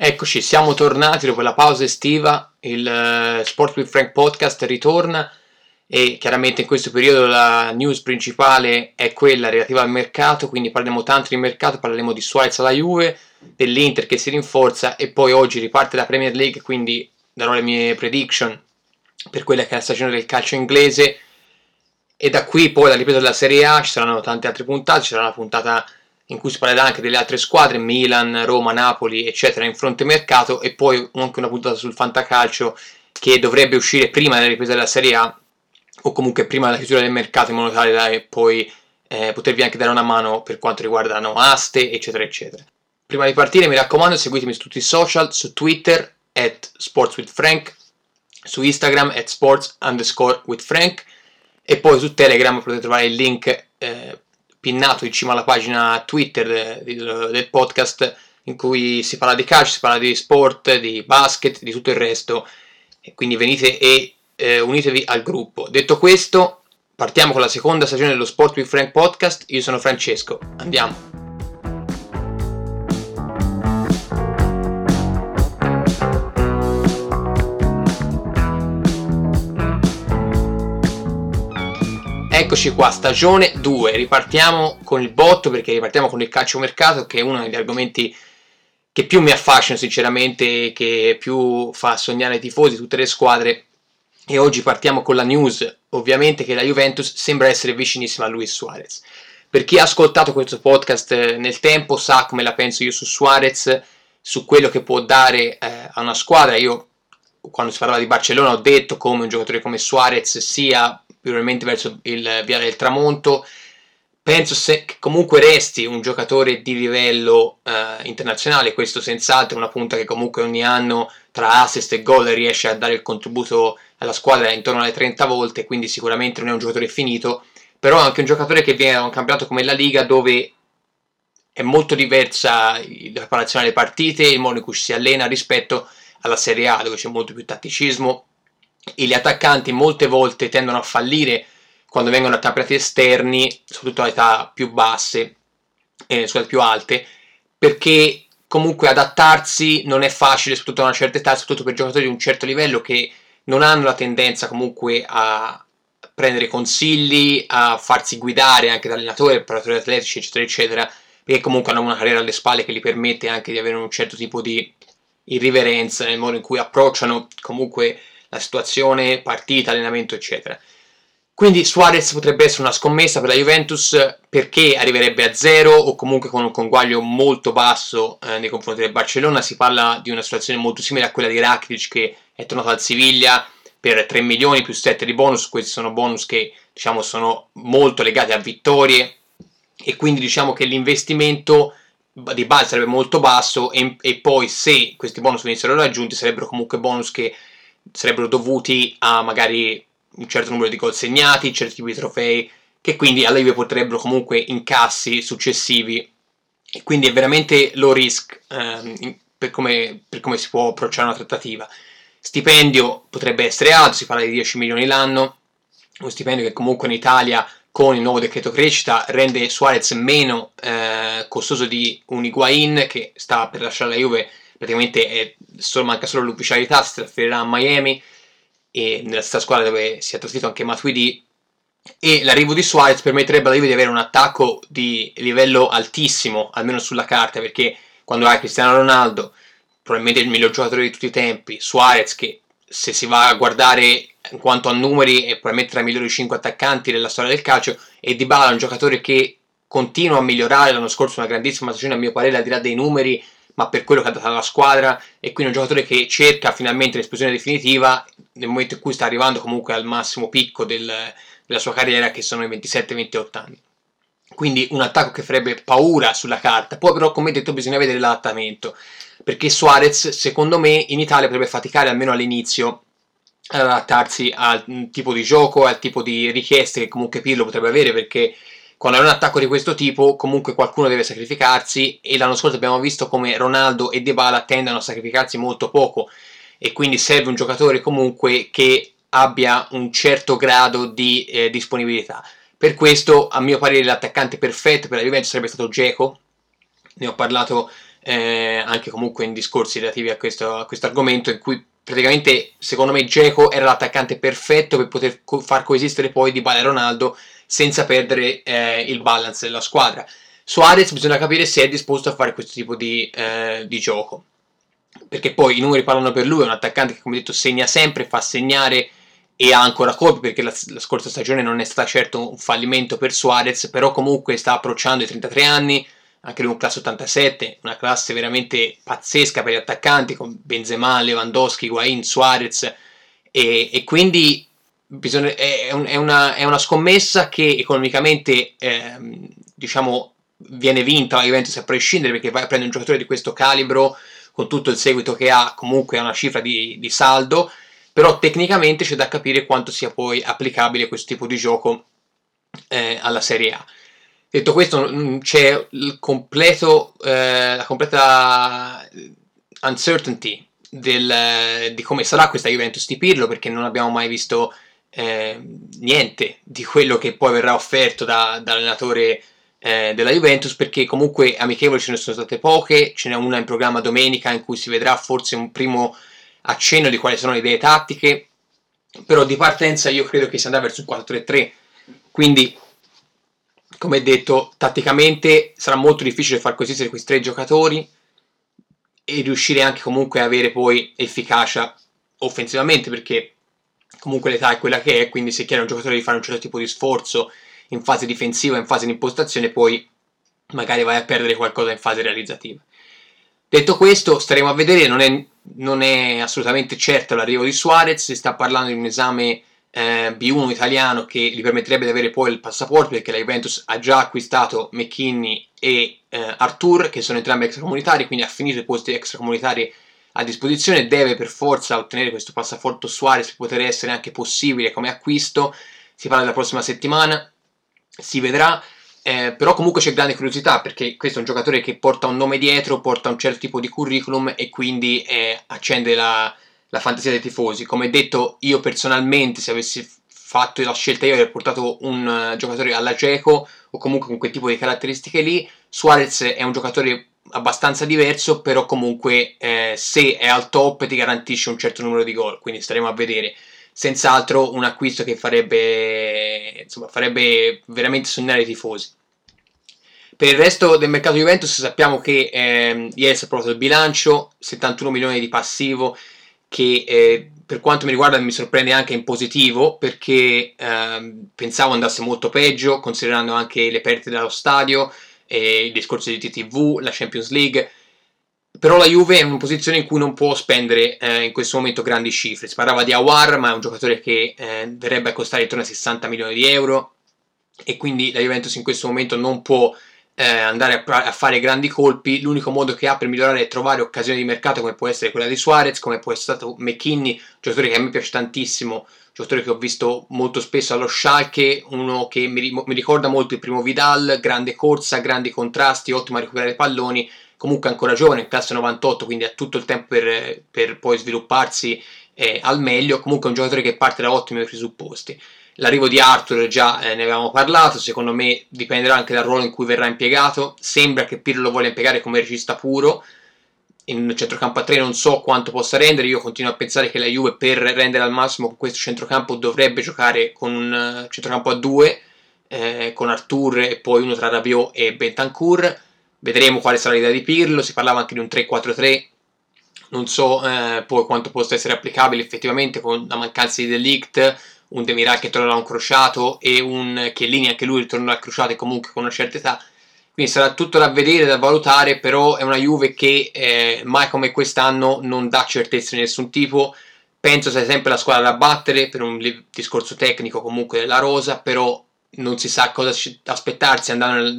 Eccoci, siamo tornati dopo la pausa estiva, il Sport with Frank podcast ritorna e chiaramente in questo periodo la news principale è quella relativa al mercato, quindi parleremo tanto di mercato, parleremo di Suarez alla Juve, dell'Inter che si rinforza e poi oggi riparte la Premier League, quindi darò le mie prediction per quella che è la stagione del calcio inglese e da qui poi la ripresa della Serie A, ci saranno tante altre puntate, ci sarà una puntata in cui si parlerà anche delle altre squadre, Milan, Roma, Napoli, eccetera, in fronte mercato, e poi anche una puntata sul fantacalcio che dovrebbe uscire prima della ripresa della Serie A o comunque prima della chiusura del mercato, in modo tale da poi potervi anche dare una mano per quanto riguardano aste, eccetera, eccetera. Prima di partire mi raccomando seguitemi su tutti i social, su Twitter @sportswithfrank, su Instagram @sports_with_frank e poi su Telegram potete trovare il link pinnato in cima alla pagina Twitter del podcast, in cui si parla di calcio, si parla di sport, di basket, di tutto il resto, e quindi venite e unitevi al gruppo. Detto questo, partiamo con la seconda stagione dello Sport with Frank podcast. Io sono Francesco, andiamo. Eccoci qua, stagione 2, ripartiamo con il botto perché ripartiamo con il calciomercato, che è uno degli argomenti che più mi affascina sinceramente, che più fa sognare i tifosi di tutte le squadre, e oggi partiamo con la news, ovviamente, che la Juventus sembra essere vicinissima a Luis Suarez. Per chi ha ascoltato questo podcast nel tempo sa come la penso io su Suarez, su quello che può dare a una squadra. Io quando si parlava di Barcellona ho detto come un giocatore come Suarez sia probabilmente verso il viale del tramonto. Penso che comunque resti un giocatore di livello internazionale, questo senz'altro, una punta che comunque ogni anno tra assist e gol riesce a dare il contributo alla squadra intorno alle 30 volte, quindi sicuramente non è un giocatore finito, però è anche un giocatore che viene da un campionato come la Liga, dove è molto diversa la preparazione alle partite, il modo in cui ci si allena rispetto alla Serie A, dove c'è molto più tatticismo e gli attaccanti molte volte tendono a fallire quando vengono a campionati esterni, soprattutto a età più basse, più alte, perché comunque adattarsi non è facile, soprattutto a una certa età, soprattutto per giocatori di un certo livello che non hanno la tendenza comunque a prendere consigli, a farsi guidare anche da allenatore, preparatori atletici, eccetera, eccetera, perché comunque hanno una carriera alle spalle che gli permette anche di avere un certo tipo di irriverenza nel modo in cui approcciano comunque la situazione, partita, allenamento, eccetera. Quindi Suarez potrebbe essere una scommessa per la Juventus, perché arriverebbe a zero o comunque con un conguaglio molto basso nei confronti del Barcellona. Si parla di una situazione molto simile a quella di Rakitic, che è tornato al Siviglia per 3 milioni più 7 di bonus. Questi sono bonus che diciamo sono molto legati a vittorie, e quindi diciamo che l'investimento di base sarebbe molto basso, e poi se questi bonus venissero raggiunti sarebbero comunque bonus che sarebbero dovuti a magari un certo numero di gol segnati, certi tipi di trofei, che quindi alla Juve potrebbero comunque incassi successivi, e quindi è veramente low risk per come si può approcciare una trattativa. Stipendio potrebbe essere alto, si parla di 10 milioni l'anno, uno stipendio che comunque in Italia con il nuovo decreto crescita rende Suarez meno costoso di un Higuain che sta per lasciare la Juve, praticamente manca solo l'ufficialità, si trasferirà a Miami, e nella stessa squadra dove si è trasferito anche Matuidi, e l'arrivo di Suarez permetterebbe alla Juve di avere un attacco di livello altissimo, almeno sulla carta, perché quando hai Cristiano Ronaldo, probabilmente il miglior giocatore di tutti i tempi, Suarez che se si va a guardare in quanto a numeri è probabilmente tra i migliori 5 attaccanti della storia del calcio, e Dybala è un giocatore che continua a migliorare, l'anno scorso una grandissima stagione a mio parere al di là dei numeri, ma per quello che ha dato alla squadra, e quindi un giocatore che cerca finalmente l'esplosione definitiva nel momento in cui sta arrivando comunque al massimo picco della sua carriera, che sono i 27-28 anni. Quindi un attacco che farebbe paura sulla carta. Poi però, come detto, bisogna vedere l'adattamento, perché Suarez secondo me in Italia potrebbe faticare almeno all'inizio ad adattarsi al tipo di gioco, al tipo di richieste che comunque Pirlo potrebbe avere, perché quando hai un attacco di questo tipo comunque qualcuno deve sacrificarsi, e l'anno scorso abbiamo visto come Ronaldo e Dybala tendono a sacrificarsi molto poco, e quindi serve un giocatore comunque che abbia un certo grado di disponibilità. Per questo, a mio parere, l'attaccante perfetto per la Juventus sarebbe stato Dzeko. Ne ho parlato anche comunque in discorsi relativi a questo argomento, in cui praticamente secondo me Dzeko era l'attaccante perfetto per poter far coesistere poi Dybala e Ronaldo senza perdere il balance della squadra. Suarez bisogna capire se è disposto a fare questo tipo di gioco, perché poi i numeri parlano per lui, è un attaccante che, come detto, segna sempre, fa segnare e ha ancora colpi, perché la scorsa stagione non è stata certo un fallimento per Suarez, però comunque sta approcciando i 33 anni, anche lui un classe 87, una classe veramente pazzesca per gli attaccanti, con Benzema, Lewandowski, Higuain, Suarez, e quindi è una scommessa che economicamente diciamo viene vinta la Juventus a prescindere, perché vai a prendere un giocatore di questo calibro con tutto il seguito che ha, comunque ha una cifra di saldo, però tecnicamente c'è da capire quanto sia poi applicabile questo tipo di gioco alla Serie A. Detto questo, c'è la completa uncertainty di come sarà questa Juventus di Pirlo, perché non abbiamo mai visto niente di quello che poi verrà offerto dall'allenatore della Juventus, perché comunque amichevoli ce ne sono state poche, ce n'è una in programma domenica in cui si vedrà forse un primo accenno di quali sono le idee tattiche, però di partenza io credo che si andrà verso il 4-3-3, quindi come detto tatticamente sarà molto difficile far coesistere questi tre giocatori e riuscire anche comunque a avere poi efficacia offensivamente, perché comunque l'età è quella che è, quindi se chiede a un giocatore di fare un certo tipo di sforzo in fase difensiva, in fase di impostazione, poi magari vai a perdere qualcosa in fase realizzativa. Detto questo, staremo a vedere, non è assolutamente certo l'arrivo di Suarez, si sta parlando di un esame B1 italiano che gli permetterebbe di avere poi il passaporto, perché la Juventus ha già acquistato McKinney e Arthur, che sono entrambi extracomunitari, quindi ha finito i posti extracomunitari a disposizione, deve per forza ottenere questo passaporto Suarez per poter essere anche possibile come acquisto. Si parla della prossima settimana, si vedrà, però comunque c'è grande curiosità, perché questo è un giocatore che porta un nome dietro, porta un certo tipo di curriculum e quindi accende la fantasia dei tifosi. Come detto, io personalmente, se avessi fatto la scelta io, avrei portato un giocatore alla Dzeko o comunque con quel tipo di caratteristiche lì. Suarez è un giocatore abbastanza diverso, però comunque se è al top ti garantisce un certo numero di gol, quindi staremo a vedere. Senz'altro un acquisto che farebbe veramente sognare i tifosi. Per il resto del mercato Juventus sappiamo che ieri si è approvato il bilancio, 71 milioni di passivo, che per quanto mi riguarda mi sorprende anche in positivo, perché pensavo andasse molto peggio, considerando anche le perdite dallo stadio, il discorso di TTV, la Champions League. Però la Juve è in una posizione in cui non può spendere in questo momento grandi cifre. Si parlava di Aouar, ma è un giocatore che verrebbe a costare intorno a 60 milioni di euro, e quindi la Juventus in questo momento non può andare a fare grandi colpi. L'unico modo che ha per migliorare è trovare occasioni di mercato, come può essere quella di Suarez, come può essere stato McKinney, giocatore che a me piace tantissimo, giocatore che ho visto molto spesso allo Schalke, uno che mi ricorda molto il primo Vidal, grande corsa, grandi contrasti, ottimo a recuperare palloni, comunque ancora giovane, classe 98, quindi ha tutto il tempo per poi svilupparsi al meglio. Comunque è un giocatore che parte da ottimi presupposti. L'arrivo di Arthur già ne avevamo parlato, secondo me dipenderà anche dal ruolo in cui verrà impiegato. Sembra che Pirlo lo voglia impiegare come regista puro, in centrocampo a 3 non so quanto possa rendere. Io continuo a pensare che la Juve, per rendere al massimo con questo centrocampo, dovrebbe giocare con un centrocampo a 2, con Arthur e poi uno tra Rabiot e Bentancur. Vedremo quale sarà l'idea di Pirlo. Si parlava anche di un 3-4-3, non so poi quanto possa essere applicabile effettivamente con la mancanza di De Ligt, un Demiral che tornerà a un crociato e un Chiellini anche lui ritornerà al crociato e comunque con una certa età, quindi sarà tutto da vedere, da valutare. Però è una Juve che mai come quest'anno non dà certezze di nessun tipo. Penso sia sempre la squadra da battere per un discorso tecnico comunque della rosa, però non si sa cosa aspettarsi andando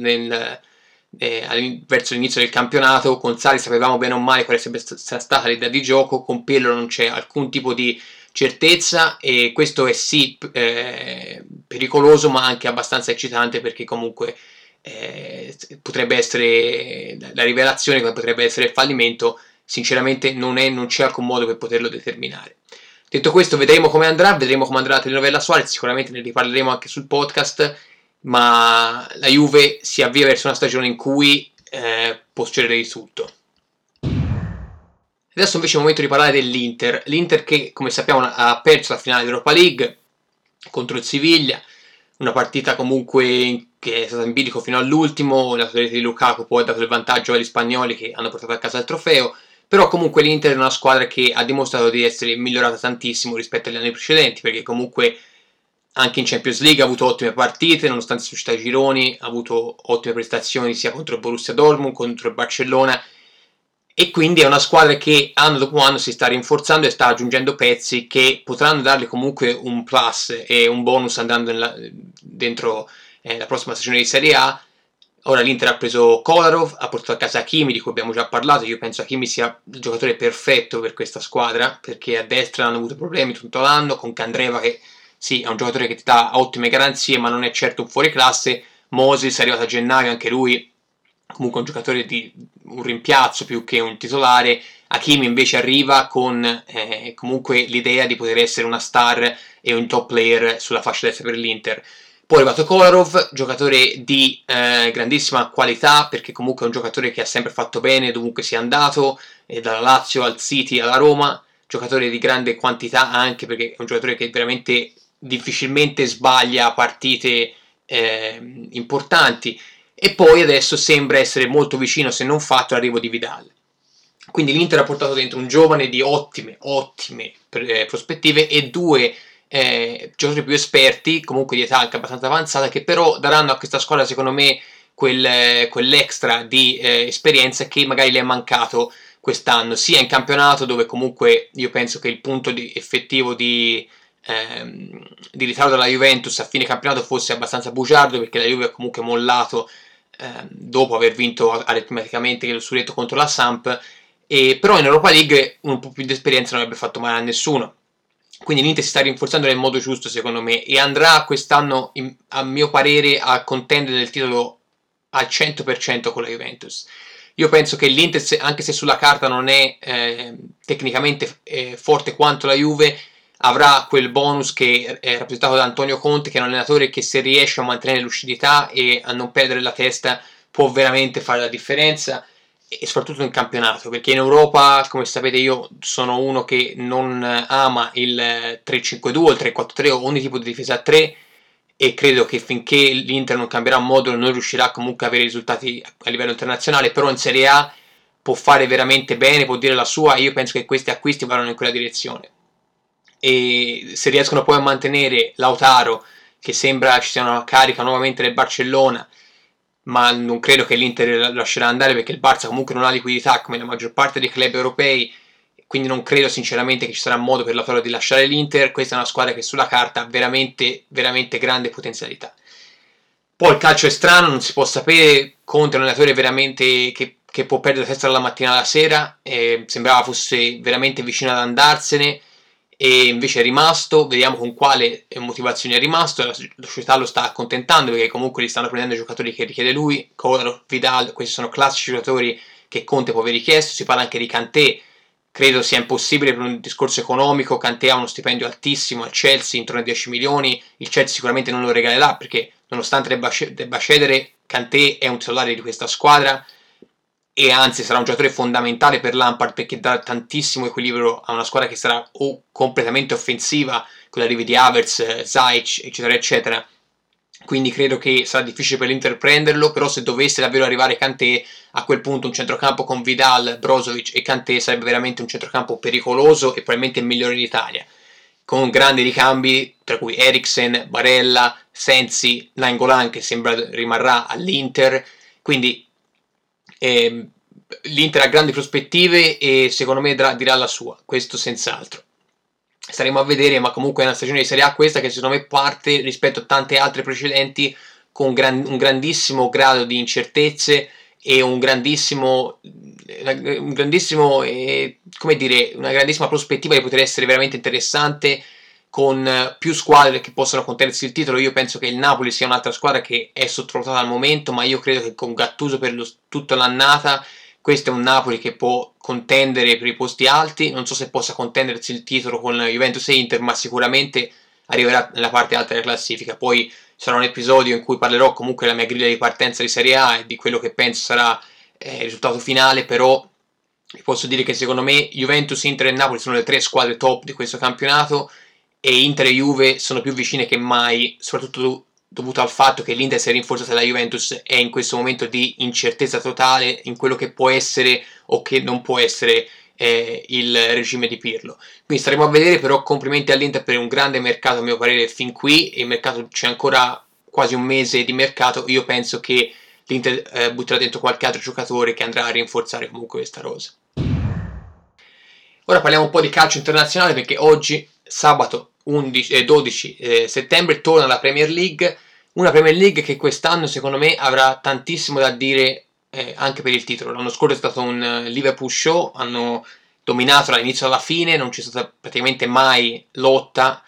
verso l'inizio del campionato. Con Sarri sapevamo bene o male quale sarebbe stata l'idea di gioco, con Pirlo non c'è alcun tipo di certezza, e questo è sì pericoloso, ma anche abbastanza eccitante, perché comunque potrebbe essere la rivelazione, come potrebbe essere il fallimento. Sinceramente non c'è alcun modo per poterlo determinare. Detto questo, vedremo come andrà la telenovela Suarez, sicuramente ne riparleremo anche sul podcast, ma la Juve si avvia verso una stagione in cui può succedere di tutto. Adesso invece è il momento di parlare dell'Inter. L'Inter che, come sappiamo, ha perso la finale d'Europa League contro il Siviglia, una partita comunque che è stata in bilico fino all'ultimo, la rete di Lukaku poi ha dato il vantaggio agli spagnoli che hanno portato a casa il trofeo, però comunque l'Inter è una squadra che ha dimostrato di essere migliorata tantissimo rispetto agli anni precedenti, perché comunque anche in Champions League ha avuto ottime partite, nonostante sia uscita ai gironi, ha avuto ottime prestazioni sia contro il Borussia Dortmund, contro il Barcellona, e quindi è una squadra che anno dopo anno si sta rinforzando e sta aggiungendo pezzi che potranno darle comunque un plus e un bonus andando dentro la prossima stagione di Serie A. Ora l'Inter ha preso Kolarov, ha portato a casa Hakimi, di cui abbiamo già parlato. Io penso Hakimi sia il giocatore perfetto per questa squadra, perché a destra hanno avuto problemi tutto l'anno, con Candreva che sì, è un giocatore che ti dà ottime garanzie, ma non è certo un fuoriclasse. Moses è arrivato a gennaio, anche lui comunque un giocatore di un rimpiazzo più che un titolare. Hakimi invece arriva con comunque l'idea di poter essere una star e un top player sulla fascia destra per l'Inter. Poi è arrivato Kolarov, giocatore di grandissima qualità, perché comunque è un giocatore che ha sempre fatto bene dovunque sia andato, dalla Lazio al City alla Roma, giocatore di grande quantità anche perché è un giocatore che veramente difficilmente sbaglia partite importanti, e poi adesso sembra essere molto vicino, se non fatto, all'arrivo di Vidal. Quindi l'Inter ha portato dentro un giovane di ottime prospettive e due giocatori più esperti, comunque di età anche abbastanza avanzata, che però daranno a questa squadra secondo me quell'extra di esperienza che magari le è mancato quest'anno, sia in campionato, dove comunque io penso che il punto effettivo di ritardo della Juventus a fine campionato fosse abbastanza bugiardo, perché la Juve ha comunque mollato dopo aver vinto aritmeticamente il suddetto contro la Samp, però in Europa League un po' più di esperienza non avrebbe fatto male a nessuno. Quindi l'Inter si sta rinforzando nel modo giusto secondo me e andrà quest'anno a mio parere a contendere del titolo al 100% con la Juventus. Io penso che l'Inter, anche se sulla carta non è tecnicamente forte quanto la Juve, avrà quel bonus che è rappresentato da Antonio Conte, che è un allenatore che, se riesce a mantenere lucidità e a non perdere la testa, può veramente fare la differenza, e soprattutto in campionato, perché in Europa, come sapete, io sono uno che non ama il 3-5-2 o il 3-4-3 o ogni tipo di difesa a 3, e credo che finché l'Inter non cambierà modulo non riuscirà comunque a avere risultati a livello internazionale, però in Serie A può fare veramente bene, può dire la sua, e io penso che questi acquisti vadano in quella direzione. E se riescono poi a mantenere Lautaro, che sembra ci sia una carica nuovamente del Barcellona, ma non credo che l'Inter lo lascerà andare, perché il Barça comunque non ha liquidità come la maggior parte dei club europei, quindi non credo sinceramente che ci sarà modo per Lautaro di lasciare l'Inter. Questa è una squadra che sulla carta ha veramente, veramente grande potenzialità. Poi il calcio è strano, non si può sapere. Conte è un allenatore veramente che può perdere la testa dalla mattina alla sera, sembrava fosse veramente vicino ad andarsene e invece è rimasto. Vediamo con quale motivazione è rimasto. La società lo sta accontentando, perché comunque gli stanno prendendo i giocatori che richiede lui. Kolarov, Vidal, questi sono classici giocatori che Conte può aver richiesto. Si parla anche di Kanté, credo sia impossibile per un discorso economico. Kanté ha uno stipendio altissimo al Chelsea, intorno a 10 milioni, il Chelsea sicuramente non lo regalerà, perché nonostante debba cedere, Kanté è un titolare di questa squadra e anzi sarà un giocatore fondamentale per Lampard, perché dà tantissimo equilibrio a una squadra che sarà o completamente offensiva con l'arrivo di Havertz, Ziyech, eccetera eccetera. Quindi credo che sarà difficile per l'Inter prenderlo, però se dovesse davvero arrivare Kanté, a quel punto un centrocampo con Vidal, Brozovic e Kanté sarebbe veramente un centrocampo pericoloso e probabilmente il migliore d'Italia, con grandi ricambi tra cui Eriksen, Barella, Sensi, Nainggolan, che sembra rimarrà all'Inter. Quindi l'Inter ha grandi prospettive e secondo me dirà la sua, questo senz'altro. Staremo a vedere, ma comunque è una stagione di Serie A questa che secondo me parte, rispetto a tante altre precedenti, con un grandissimo grado di incertezze e una grandissima prospettiva di poter essere veramente interessante, con più squadre che possono contendersi il titolo. Io penso che il Napoli sia un'altra squadra che è sottovalutata al momento, ma io credo che con Gattuso per tutta l'annata questo è un Napoli che può contendere per i posti alti. Non so se possa contendersi il titolo con Juventus e Inter, ma sicuramente arriverà nella parte alta della classifica. Poi sarà un episodio in cui parlerò comunque della mia griglia di partenza di Serie A e di quello che penso sarà il risultato finale, però vi posso dire che secondo me Juventus, Inter e Napoli sono le 3 squadre top di questo campionato, e Inter e Juve sono più vicine che mai, soprattutto dovuto al fatto che l'Inter si è rinforzata da Juventus, è in questo momento di incertezza totale in quello che può essere o che non può essere il regime di Pirlo. Quindi staremo a vedere, però complimenti all'Inter per un grande mercato a mio parere fin qui, e il mercato c'è ancora quasi un mese di mercato. Io penso che l'Inter butterà dentro qualche altro giocatore che andrà a rinforzare comunque questa rosa. Ora parliamo un po' di calcio internazionale, perché oggi, sabato 12 settembre, torna la Premier League, una Premier League che quest'anno secondo me avrà tantissimo da dire anche per il titolo. L'anno scorso è stato un Liverpool show, hanno dominato dall'inizio alla fine, non c'è stata praticamente mai lotta,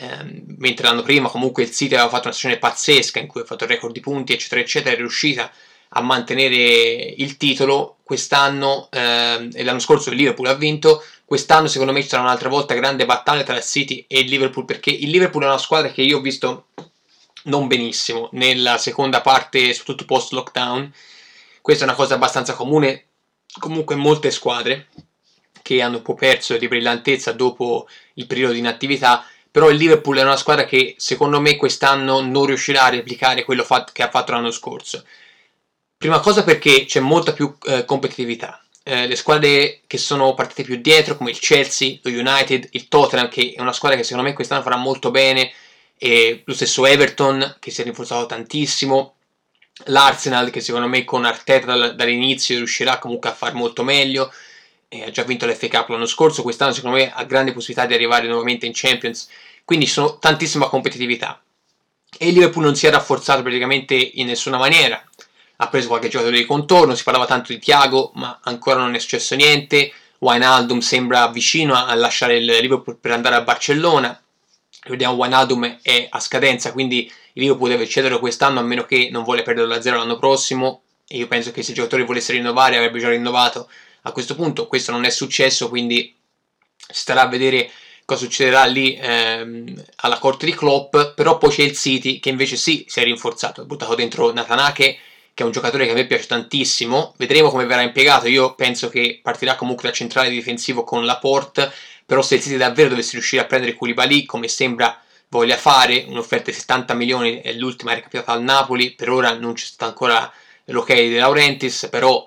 mentre l'anno prima comunque il City aveva fatto una stagione pazzesca in cui ha fatto il record di punti eccetera eccetera, è riuscita a mantenere il titolo. Quest'anno e l'anno scorso il Liverpool ha vinto, quest'anno secondo me ci sarà un'altra volta grande battaglia tra il City e il Liverpool, perché il Liverpool è una squadra che io ho visto non benissimo nella seconda parte, soprattutto post lockdown. Questa è una cosa abbastanza comune comunque in molte squadre che hanno un po' perso di brillantezza dopo il periodo di inattività, però il Liverpool è una squadra che secondo me quest'anno non riuscirà a replicare quello che ha fatto l'anno scorso. Prima cosa perché c'è molta più competitività. Le squadre che sono partite più dietro, come il Chelsea, lo United, il Tottenham, che è una squadra che secondo me quest'anno farà molto bene, e lo stesso Everton, che si è rinforzato tantissimo, l'Arsenal, che secondo me con Arteta dall'inizio riuscirà comunque a far molto meglio, ha già vinto l'FA Cup l'anno scorso, quest'anno secondo me ha grandi possibilità di arrivare nuovamente in Champions, quindi ci sono tantissima competitività. E il Liverpool non si è rafforzato praticamente in nessuna maniera. Ha preso qualche giocatore di contorno, si parlava tanto di Thiago, ma ancora non è successo niente. Wijnaldum sembra vicino a lasciare il Liverpool per andare a Barcellona. Vediamo, Wijnaldum è a scadenza, quindi il Liverpool deve cederlo quest'anno, a meno che non vuole perderlo da zero l'anno prossimo, e io penso che se il giocatore volesse rinnovare avrebbe già rinnovato a questo punto. Questo non è successo, quindi si starà a vedere cosa succederà lì alla corte di Klopp. Però poi c'è il City, che invece sì, si è rinforzato, ha buttato dentro Nathan Ake, che è un giocatore che a me piace tantissimo. Vedremo come verrà impiegato. Io penso che partirà comunque da centrale difensivo con Laporte, però se il City davvero dovesse riuscire a prendere Koulibaly, come sembra voglia fare, un'offerta di 70 milioni, è l'ultima recapitata al Napoli, per ora non c'è stato ancora l'ok di De Laurentiis, però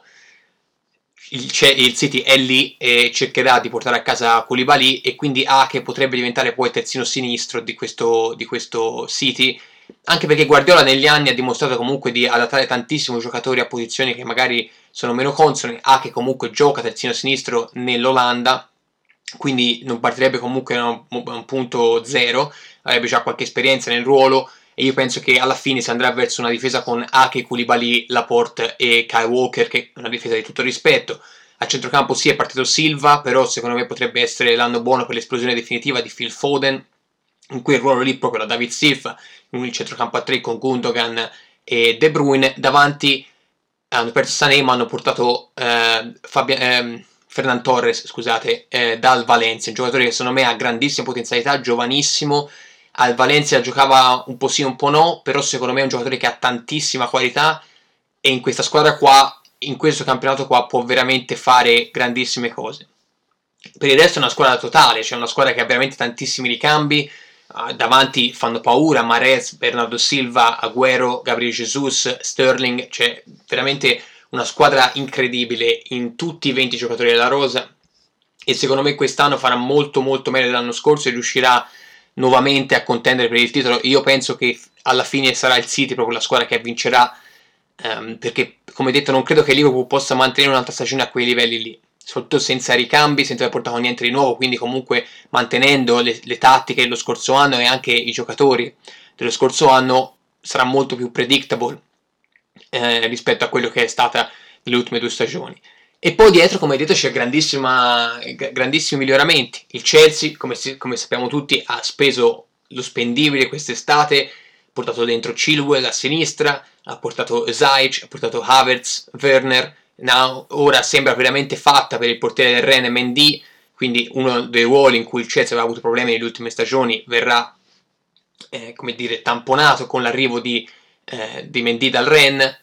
il City è lì e cercherà di portare a casa Koulibaly, e quindi che potrebbe diventare poi il terzino sinistro di questo City, anche perché Guardiola negli anni ha dimostrato comunque di adattare tantissimo i giocatori a posizioni che magari sono meno consone. Che comunque gioca terzino sinistro nell'Olanda, quindi non partirebbe comunque da un punto zero, avrebbe già qualche esperienza nel ruolo, e io penso che alla fine si andrà verso una difesa con Ake, Koulibaly, Laporte e Kyle Walker, che è una difesa di tutto rispetto. A centrocampo sì, è partito Silva, però secondo me potrebbe essere l'anno buono per l'esplosione definitiva di Phil Foden, in quel ruolo lì proprio da David Silva, in un centrocampo a 3 con Gundogan e De Bruyne. Davanti hanno perso Sané, ma hanno portato Fernan Torres, scusate, dal Valencia, un giocatore che secondo me ha grandissima potenzialità, giovanissimo. Al Valencia giocava un po' sì un po' no, però secondo me è un giocatore che ha tantissima qualità, e in questa squadra qua, in questo campionato qua, può veramente fare grandissime cose. Per il resto è una squadra totale, cioè una squadra che ha veramente tantissimi ricambi. Davanti fanno paura: Mahrez, Bernardo Silva, Agüero, Gabriel Jesus, Sterling, cioè veramente una squadra incredibile in tutti i 20 giocatori della rosa, e secondo me quest'anno farà molto molto meglio dell'anno scorso e riuscirà nuovamente a contendere per il titolo. Io penso che alla fine sarà il City proprio la squadra che vincerà, perché come detto non credo che il Liverpool possa mantenere un'altra stagione a quei livelli lì, soprattutto senza ricambi, senza aver portato niente di nuovo, quindi comunque mantenendo le tattiche dello scorso anno e anche i giocatori dello scorso anno. Sarà molto più predictable rispetto a quello che è stata nelle ultime 2 stagioni. E poi dietro, come detto, c'è grandissimi miglioramenti. Il Chelsea, come sappiamo tutti, ha speso lo spendibile quest'estate, ha portato dentro Chilwell a sinistra, ha portato Ziyech, ha portato Havertz, Werner. Ora sembra veramente fatta per il portiere del Rennes, Mendy, quindi uno dei ruoli in cui il Chelsea aveva avuto problemi nelle ultime stagioni verrà tamponato con l'arrivo di Mendy dal Rennes.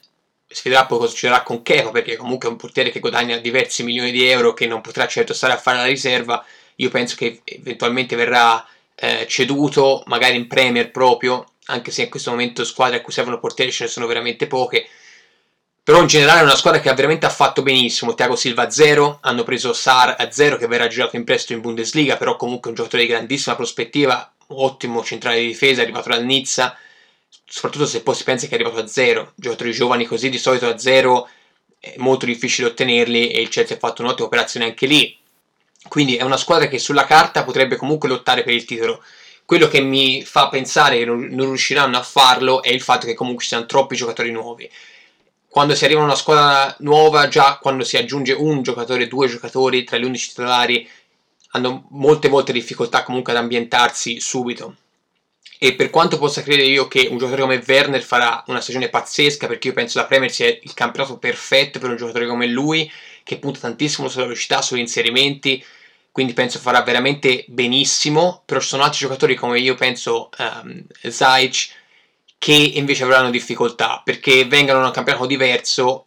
si vedrà poi cosa succederà con Kepa, perché comunque è un portiere che guadagna diversi milioni di euro, che non potrà certo stare a fare la riserva. Io penso che eventualmente verrà ceduto, magari in Premier proprio, anche se in questo momento squadre a cui servono portieri ce ne sono veramente poche. Però in generale è una squadra che veramente ha fatto benissimo. Thiago Silva a 0, hanno preso Sar a 0 che verrà girato in prestito in Bundesliga, però comunque un giocatore di grandissima prospettiva, ottimo centrale di difesa, è arrivato dal Nizza, soprattutto se poi si pensa che è arrivato a 0. Giocatori giovani così di solito a 0 è molto difficile ottenerli e il Chelsea ha fatto un'ottima operazione anche lì. Quindi è una squadra che sulla carta potrebbe comunque lottare per il titolo. Quello che mi fa pensare che non riusciranno a farlo è il fatto che comunque ci siano troppi giocatori nuovi. Quando si arriva a una squadra nuova, già quando si aggiunge un giocatore, due giocatori tra gli 11 titolari, hanno molte difficoltà comunque ad ambientarsi subito. E per quanto possa credere io che un giocatore come Werner farà una stagione pazzesca, perché io penso la Premier sia il campionato perfetto per un giocatore come lui, che punta tantissimo sulla velocità, sugli inserimenti, quindi penso farà veramente benissimo. Però ci sono altri giocatori come io penso Ziyech, che invece avranno difficoltà perché vengono da un campionato diverso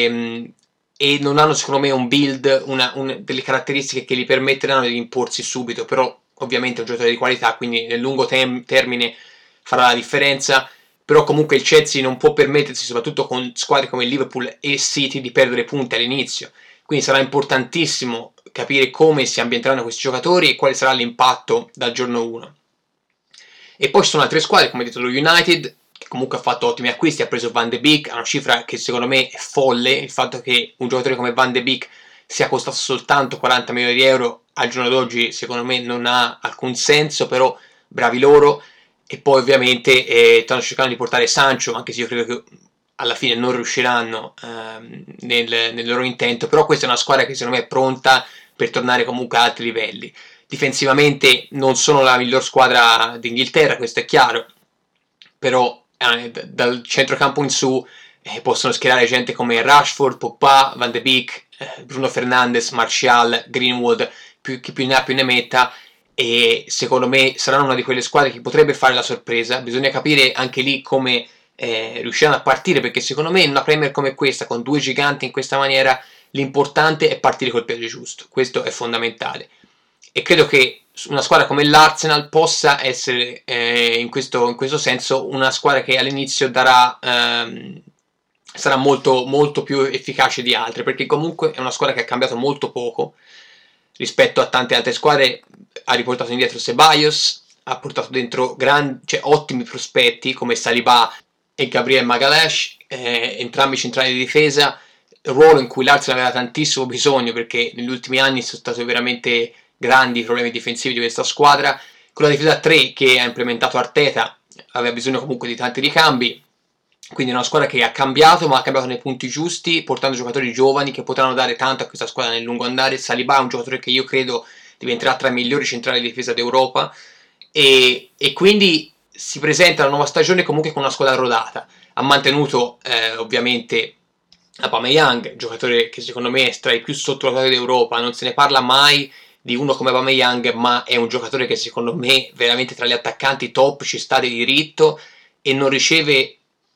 e non hanno secondo me un build, delle caratteristiche che gli permetteranno di imporsi subito. Però ovviamente è un giocatore di qualità, quindi nel lungo termine farà la differenza. Però comunque il Chelsea non può permettersi, soprattutto con squadre come Liverpool e City, di perdere punti all'inizio. Quindi sarà importantissimo capire come si ambienteranno questi giocatori e quale sarà l'impatto dal giorno 1. E poi ci sono altre squadre, come detto lo United, che comunque ha fatto ottimi acquisti, ha preso Van de Beek, a una cifra che secondo me è folle. Il fatto che un giocatore come Van de Beek sia costato soltanto 40 milioni di euro al giorno d'oggi secondo me non ha alcun senso, però bravi loro. E poi ovviamente stanno cercando di portare Sancho, anche se io credo che alla fine non riusciranno nel loro intento. Però questa è una squadra che secondo me è pronta per tornare comunque a alti livelli. Difensivamente non sono la miglior squadra d'Inghilterra, questo è chiaro, però dal centrocampo in su possono schierare gente come Rashford, Pogba, Van de Beek, Bruno Fernandes, Martial, Greenwood, chi più ne ha più ne metta, e secondo me saranno una di quelle squadre che potrebbe fare la sorpresa. Bisogna capire anche lì come riusciranno a partire, perché secondo me in una Premier come questa, con due giganti in questa maniera, l'importante è partire col piede giusto, questo è fondamentale. E credo che una squadra come l'Arsenal possa essere in questo senso una squadra che all'inizio sarà molto più efficace di altre, perché comunque è una squadra che ha cambiato molto poco rispetto a tante altre squadre. Ha riportato indietro Ceballos, ha portato dentro ottimi prospetti come Saliba e Gabriel Magalhaes, entrambi centrali di difesa, ruolo in cui l'Arsenal aveva tantissimo bisogno, perché negli ultimi anni sono stati veramente grandi i problemi difensivi di questa squadra. Con la difesa 3 che ha implementato Arteta aveva bisogno comunque di tanti ricambi, quindi è una squadra che ha cambiato, ma ha cambiato nei punti giusti, portando giocatori giovani che potranno dare tanto a questa squadra nel lungo andare. Saliba è un giocatore che io credo diventerà tra i migliori centrali di difesa d'Europa, e quindi si presenta la nuova stagione comunque con una squadra rodata. Ha mantenuto ovviamente Aubameyang, giocatore che secondo me è tra i più sottovalutati d'Europa. Non se ne parla mai di uno come Aubameyang, ma è un giocatore che secondo me veramente tra gli attaccanti top ci sta di diritto e non riceve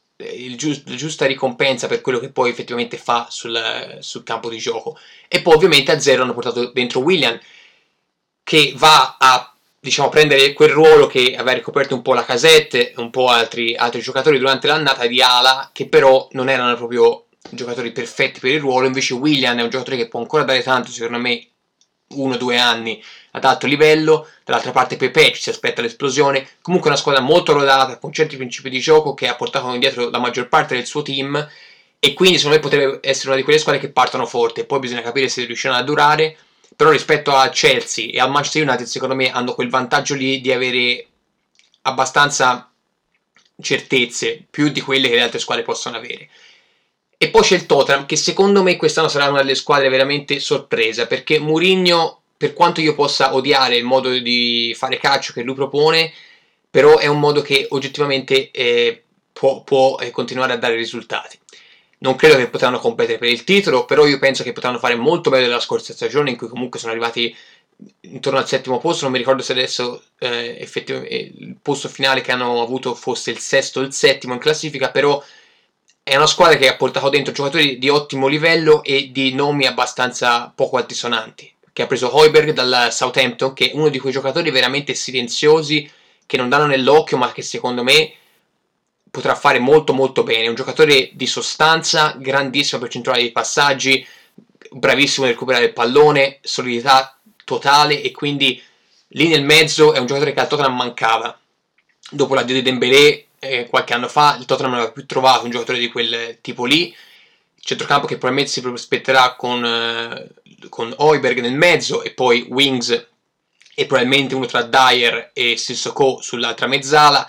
la giusta ricompensa per quello che poi effettivamente fa sul campo di gioco. E poi ovviamente a 0 hanno portato dentro Willian, che va a prendere quel ruolo che aveva ricoperto un po' la Lacazette e un po' altri giocatori durante l'annata di ala, che però non erano proprio giocatori perfetti per il ruolo. Invece Willian è un giocatore che può ancora dare tanto, secondo me 1-2 anni ad alto livello. Dall'altra parte Pepe ci si aspetta l'esplosione. Comunque una squadra molto rodata, con certi principi di gioco, che ha portato indietro la maggior parte del suo team, e quindi secondo me potrebbe essere una di quelle squadre che partono forte. Poi bisogna capire se riusciranno a durare. Però rispetto a Chelsea e al Manchester United secondo me hanno quel vantaggio lì di avere abbastanza certezze, più di quelle che le altre squadre possono avere. E poi c'è il Tottenham, che secondo me quest'anno sarà una delle squadre veramente sorpresa, perché Mourinho, per quanto io possa odiare il modo di fare calcio che lui propone, però è un modo che oggettivamente può continuare a dare risultati. Non credo che potranno competere per il titolo, però io penso che potranno fare molto meglio della scorsa stagione, in cui comunque sono arrivati intorno al settimo posto. Non mi ricordo se adesso effettivamente il posto finale che hanno avuto fosse il sesto o il settimo in classifica, però è una squadra che ha portato dentro giocatori di ottimo livello e di nomi abbastanza poco altisonanti, che ha preso Højbjerg dal Southampton, che è uno di quei giocatori veramente silenziosi che non danno nell'occhio, ma che secondo me potrà fare molto molto bene. È un giocatore di sostanza, grandissima percentuale di passaggi, bravissimo nel recuperare il pallone, solidità totale, e quindi lì nel mezzo è un giocatore che al Tottenham mancava. Dopo l'addio di Dembélé qualche anno fa, il Tottenham non aveva più trovato un giocatore di quel tipo lì. Centrocampo che probabilmente si prospetterà con Højbjerg nel mezzo, e poi wings e probabilmente uno tra Dyer e Sissoko sull'altra mezzala,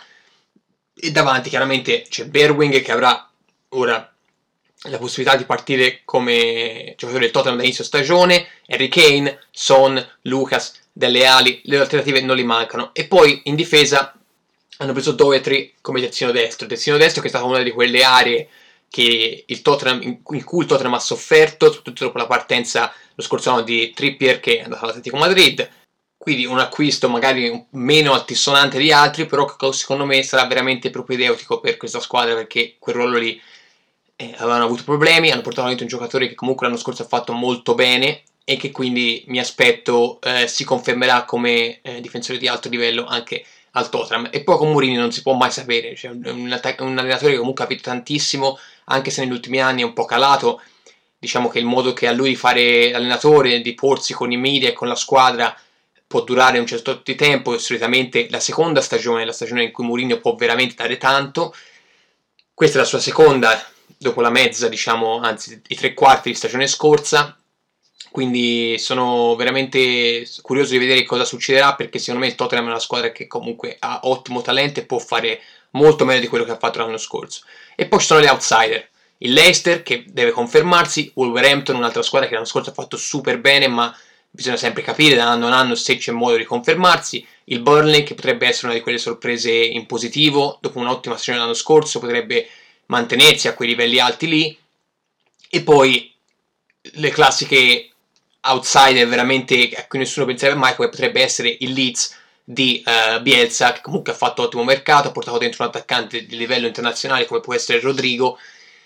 e davanti chiaramente c'è Bergwijn, che avrà ora la possibilità di partire come giocatore del Tottenham da inizio stagione, Harry Kane, Son, Lucas, Dele Alli, le alternative non li mancano. E poi in difesa hanno preso Doherty come terzino destro che è stata una di quelle aree che il Tottenham, in cui il Tottenham ha sofferto, soprattutto dopo la partenza lo scorso anno di Trippier, che è andato all'Atletico Madrid. Quindi un acquisto magari meno altisonante di altri, però secondo me sarà veramente propedeutico per questa squadra, perché quel ruolo lì avevano avuto problemi, hanno portato dentro un giocatore che comunque l'anno scorso ha fatto molto bene e che quindi mi aspetto si confermerà come difensore di alto livello anche al Tottenham. E poi con Mourinho non si può mai sapere, cioè un allenatore che comunque ha capito tantissimo, anche se negli ultimi anni è un po' calato. Diciamo che il modo che ha lui di fare l'allenatore, di porsi con i media e con la squadra, può durare un certo tempo, e solitamente la seconda stagione è la stagione in cui Mourinho può veramente dare tanto. Questa è la sua seconda, dopo la mezza, diciamo, anzi i 3/4 di stagione scorsa, quindi sono veramente curioso di vedere cosa succederà, perché secondo me il Tottenham è una squadra che comunque ha ottimo talento e può fare molto meglio di quello che ha fatto l'anno scorso. E poi ci sono gli outsider, il Leicester che deve confermarsi, Wolverhampton, un'altra squadra che l'anno scorso ha fatto super bene, ma bisogna sempre capire da anno in anno se c'è modo di confermarsi, il Burnley che potrebbe essere una di quelle sorprese in positivo, dopo un'ottima stagione l'anno scorso potrebbe mantenersi a quei livelli alti lì, e poi le classiche outsider veramente a cui nessuno penserebbe mai, come potrebbe essere il Leeds di Bielsa, che comunque ha fatto ottimo mercato, ha portato dentro un attaccante di livello internazionale come può essere Rodrigo,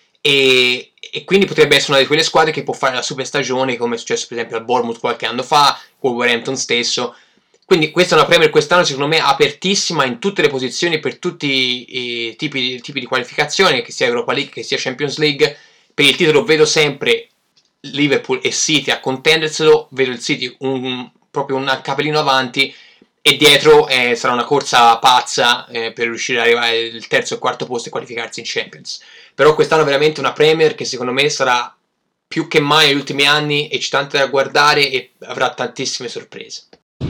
e quindi potrebbe essere una di quelle squadre che può fare la super stagione, come è successo per esempio al Bournemouth qualche anno fa, Wolverhampton stesso. Quindi questa è una Premier quest'anno secondo me apertissima in tutte le posizioni, per tutti i tipi di qualificazione, che sia Europa League che sia Champions League. Per il titolo vedo sempre Liverpool e City a contenderselo, vedo il City proprio un capellino avanti, e dietro sarà una corsa pazza per riuscire ad arrivare al terzo e quarto posto e qualificarsi in Champions. Però quest'anno veramente una Premier che secondo me sarà più che mai negli ultimi anni eccitante da guardare e avrà tantissime sorprese.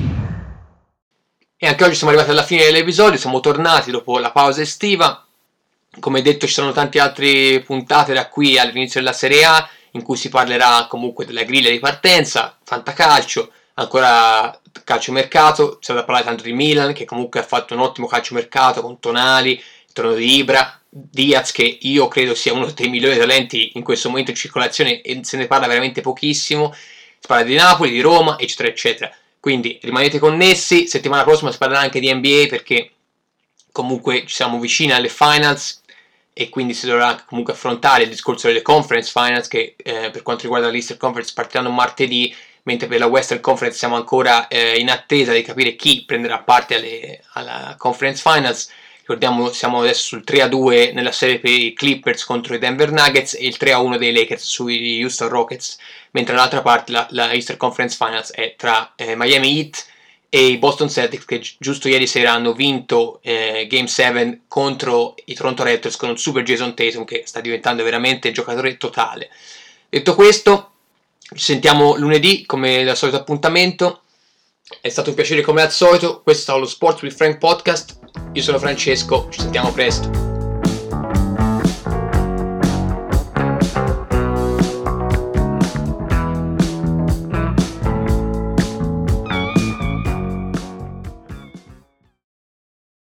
E anche oggi siamo arrivati alla fine dell'episodio, siamo tornati dopo la pausa estiva. Come detto, ci sono tante altre puntate da qui all'inizio della Serie A, in cui si parlerà comunque della griglia di partenza, fantacalcio, ancora calciomercato. C'è da parlare tanto di Milan, che comunque ha fatto un ottimo calciomercato con Tonali, il torneo di Ibra, Diaz, che io credo sia uno dei migliori talenti in questo momento in circolazione e se ne parla veramente pochissimo. Si parla di Napoli, di Roma, eccetera eccetera. Quindi rimanete connessi, settimana prossima si parlerà anche di NBA, perché comunque ci siamo vicini alle finals e quindi si dovrà comunque affrontare il discorso delle conference finals, che per quanto riguarda l'Eastern Conference partiranno martedì, mentre per la Western Conference siamo ancora in attesa di capire chi prenderà parte alla conference finals. Ricordiamo, siamo adesso sul 3-2 nella serie per i Clippers contro i Denver Nuggets e il 3-1 dei Lakers sui Houston Rockets, mentre dall'altra parte la Eastern Conference Finals è tra Miami Heat e i Boston Celtics, che giusto ieri sera hanno vinto Game 7 contro i Toronto Raptors con un super Jason Tatum che sta diventando veramente il giocatore totale. Detto questo, ci sentiamo lunedì come dal solito appuntamento. È stato un piacere come al solito. Questo è stato lo Sports with Frank Podcast. Io sono Francesco, ci sentiamo presto.